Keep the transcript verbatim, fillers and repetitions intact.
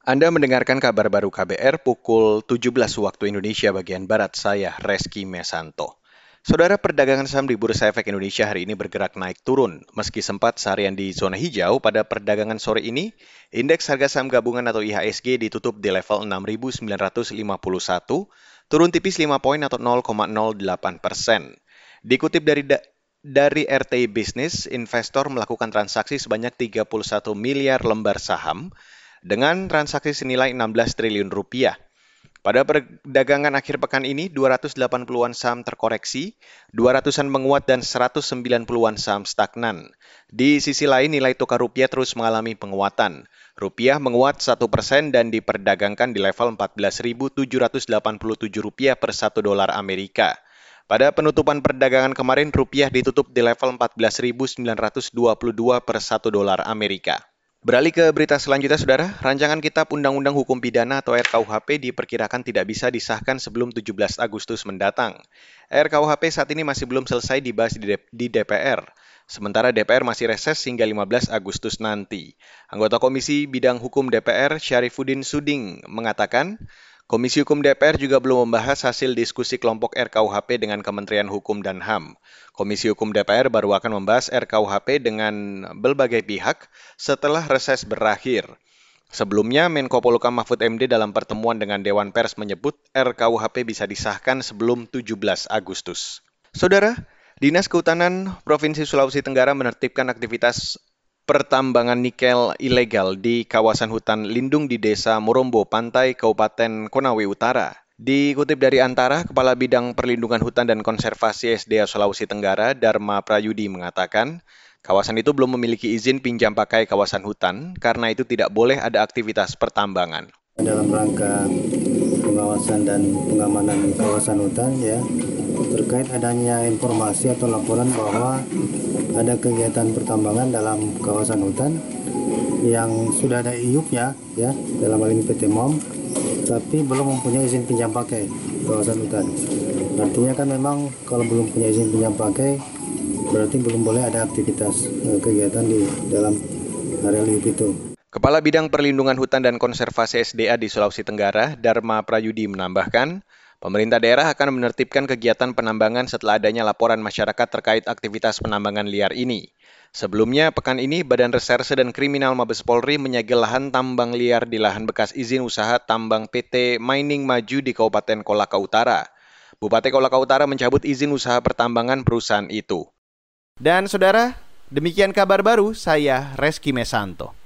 Anda mendengarkan kabar baru K B R pukul tujuh belas waktu Indonesia bagian Barat, saya Reski Mesanto. Saudara, perdagangan saham di Bursa Efek Indonesia hari ini bergerak naik turun. Meski sempat seharian di zona hijau, pada perdagangan sore ini, indeks harga saham gabungan atau I H S G ditutup di level enam ribu sembilan ratus lima puluh satu, turun tipis lima poin atau nol koma nol delapan persen. Dikutip dari da- dari R T I Business, investor melakukan transaksi sebanyak tiga puluh satu miliar lembar saham dengan transaksi senilai enam belas triliun rupiah. Pada perdagangan akhir pekan ini, dua ratus delapan puluhan saham terkoreksi, dua ratusan menguat dan seratus sembilan puluhan saham stagnan. Di sisi lain, nilai tukar rupiah terus mengalami penguatan. Rupiah menguat satu persen dan diperdagangkan di level empat belas ribu tujuh ratus delapan puluh tujuh rupiah per satu dolar Amerika. Pada penutupan perdagangan kemarin, rupiah ditutup di level empat belas ribu sembilan ratus dua puluh dua per satu dolar Amerika. Beralih ke berita selanjutnya, Saudara. Rancangan Kitab Undang-Undang Hukum Pidana atau R K U H P diperkirakan tidak bisa disahkan sebelum tujuh belas Agustus mendatang. R K U H P saat ini masih belum selesai dibahas di D P R. Sementara D P R masih reses hingga lima belas Agustus nanti. Anggota Komisi Bidang Hukum D P R, Syarifuddin Suding, mengatakan, Komisi Hukum D P R juga belum membahas hasil diskusi kelompok R K U H P dengan Kementerian Hukum dan H A M. Komisi Hukum D P R baru akan membahas R K U H P dengan berbagai pihak setelah reses berakhir. Sebelumnya, Menko Polhukam Mahfud M D dalam pertemuan dengan Dewan Pers menyebut R K U H P bisa disahkan sebelum tujuh belas Agustus. Saudara, Dinas Kehutanan Provinsi Sulawesi Tenggara menertibkan aktivitas pertambangan nikel ilegal di kawasan hutan lindung di Desa Morombo, Pantai, Kabupaten Konawe Utara. Dikutip dari Antara, Kepala Bidang Perlindungan Hutan dan Konservasi S D A Sulawesi Tenggara, Dharma Prayudi, mengatakan, kawasan itu belum memiliki izin pinjam pakai kawasan hutan, karena itu tidak boleh ada aktivitas pertambangan. Dalam rangka pengawasan dan pengamanan kawasan hutan, ya, terkait adanya informasi atau laporan bahwa ada kegiatan pertambangan dalam kawasan hutan yang sudah ada I U P-nya, ya, dalam hal ini P T M O M, tapi belum mempunyai izin pinjam pakai kawasan hutan. Artinya kan memang kalau belum punya izin pinjam pakai, berarti belum boleh ada aktivitas eh, kegiatan di dalam area I U P itu. Kepala Bidang Perlindungan Hutan dan Konservasi S D A di Sulawesi Tenggara, Dharma Prayudi, menambahkan, pemerintah daerah akan menertibkan kegiatan penambangan setelah adanya laporan masyarakat terkait aktivitas penambangan liar ini. Sebelumnya, pekan ini Badan Reserse dan Kriminal Mabes Polri menyegel lahan tambang liar di lahan bekas izin usaha tambang P T Mining Maju di Kabupaten Kolaka Utara. Bupati Kolaka Utara mencabut izin usaha pertambangan perusahaan itu. Dan saudara, demikian kabar baru, saya Reski Mesanto.